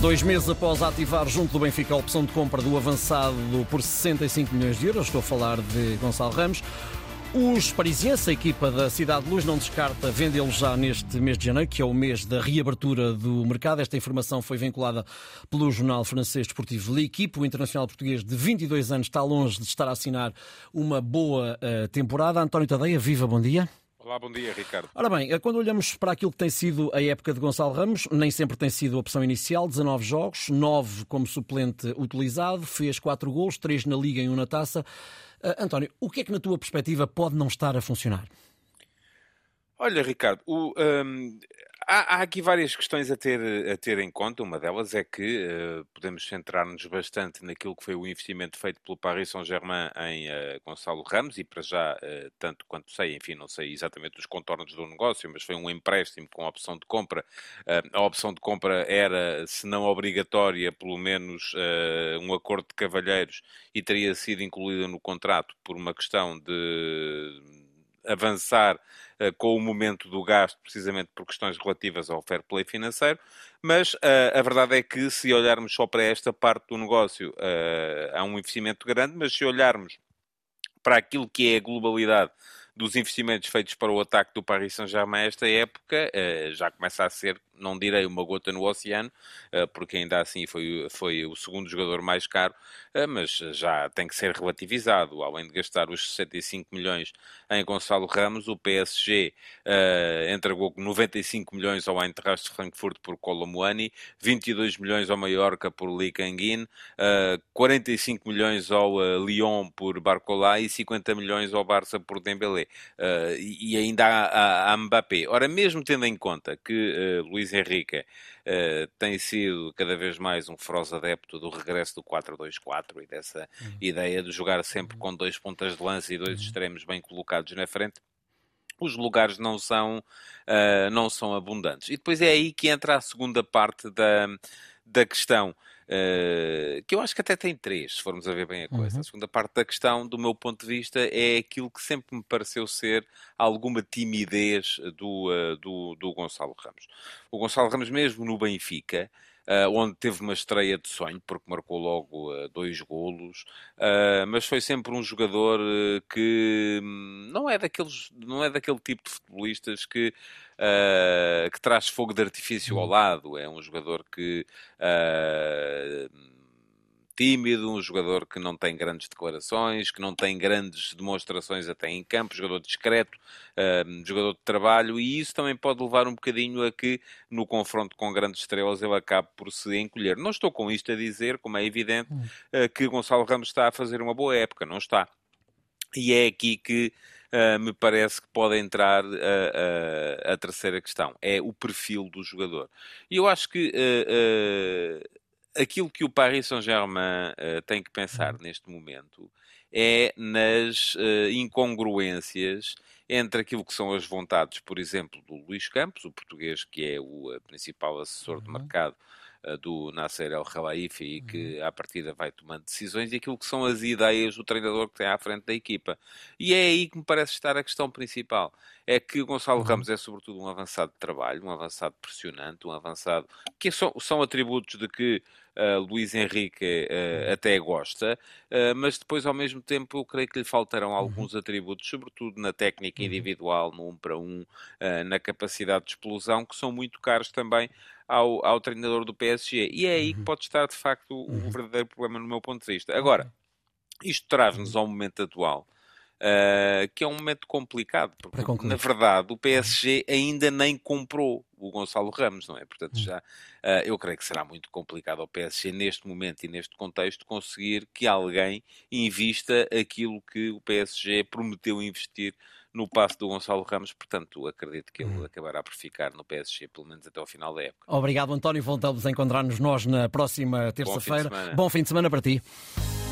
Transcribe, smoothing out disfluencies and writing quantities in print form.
2 meses após ativar junto do Benfica a opção de compra do avançado por 65 milhões de euros, estou a falar de Gonçalo Ramos, os parisienses, a equipa da Cidade de Luz, não descarta vendê-lo já neste mês de janeiro, que é o mês da reabertura do mercado. Esta informação foi vinculada pelo jornal francês desportivo L'Équipe. O internacional português de 22 anos está longe de estar a assinar uma boa temporada. António Tadeia, viva, bom dia. Olá, bom dia, Ricardo. Ora bem, quando olhamos para aquilo que tem sido a época de Gonçalo Ramos, nem sempre tem sido a opção inicial, 19 jogos, 9 como suplente utilizado, fez 4 golos, 3 na Liga e 1 na Taça. António, o que é que na tua perspectiva pode não estar a funcionar? Olha, Ricardo, há aqui várias questões a ter em conta. Uma delas é que podemos centrar-nos bastante naquilo que foi o investimento feito pelo Paris Saint-Germain em Gonçalo Ramos e para já, tanto quanto sei, enfim, não sei exatamente os contornos do negócio, mas foi um empréstimo com opção de compra. A opção de compra era, se não obrigatória, pelo menos um acordo de cavalheiros e teria sido incluída no contrato por uma questão de avançar com o momento do gasto, precisamente por questões relativas ao fair play financeiro, mas a verdade é que, se olharmos só para esta parte do negócio, há um investimento grande, mas se olharmos para aquilo que é a globalidade dos investimentos feitos para o ataque do Paris Saint-Germain esta época, já começa a ser, não direi uma gota no oceano, porque ainda assim foi o segundo jogador mais caro, mas já tem que ser relativizado. Além de gastar os 65 milhões em Gonçalo Ramos, o PSG entregou 95 milhões ao Eintracht de Frankfurt por Kolo Muani, 22 milhões ao Mallorca por Lee Kang-in, 45 milhões ao Lyon por Barcola e 50 milhões ao Barça por Dembélé. E ainda há Mbappé. Ora, mesmo tendo em conta que Luís Henrique tem sido cada vez mais um feroz adepto do regresso do 4-2-4 e dessa ideia de jogar sempre com 2 pontas de lança e 2 extremos bem colocados na frente, os lugares não são abundantes. E depois é aí que entra a segunda parte da questão, que eu acho que até tem 3, se formos a ver bem a coisa. A segunda parte da questão, do meu ponto de vista, é aquilo que sempre me pareceu ser alguma timidez do Gonçalo Ramos. O Gonçalo Ramos, mesmo no Benfica, onde teve uma estreia de sonho, porque marcou logo 2 golos, mas foi sempre um jogador que não é daquele tipo de futebolistas que traz fogo de artifício ao lado. É um jogador que tímido, um jogador que não tem grandes declarações, que não tem grandes demonstrações até em campo, jogador discreto, jogador de trabalho, e isso também pode levar um bocadinho a que, no confronto com grandes estrelas, ele acabe por se encolher. Não estou com isto a dizer, como é evidente, que Gonçalo Ramos está a fazer uma boa época, não está. E é aqui que me parece que pode entrar a terceira questão, é o perfil do jogador. E eu acho que aquilo que o Paris Saint-Germain tem que pensar neste momento é nas incongruências entre aquilo que são as vontades, por exemplo, do Luís Campos, o português que é o principal assessor de mercado do Nasser El-Khelaifi e que à partida vai tomando decisões, e aquilo que são as ideias do treinador que tem à frente da equipa. E é aí que me parece estar a questão principal. É que o Gonçalo Ramos é sobretudo um avançado de trabalho, um avançado pressionante, um avançado que são atributos de que Luís Henrique até gosta, mas depois ao mesmo tempo eu creio que lhe faltarão alguns atributos, sobretudo na técnica individual, no 1 para 1, na capacidade de explosão, que são muito caros também ao treinador do PSG. E é aí que pode estar, de facto, o verdadeiro problema no meu ponto de vista. Agora, isto traz-nos ao momento atual, que é um momento complicado, porque, na verdade, o PSG ainda nem comprou o Gonçalo Ramos, não é? Portanto, eu creio que será muito complicado ao PSG, neste momento e neste contexto, conseguir que alguém invista aquilo que o PSG prometeu investir no passe do Gonçalo Ramos. Portanto, acredito que ele acabará por ficar no PSG, pelo menos até ao final da época. Obrigado, António. Voltamos a encontrar-nos nós na próxima terça-feira. Bom fim de semana para ti.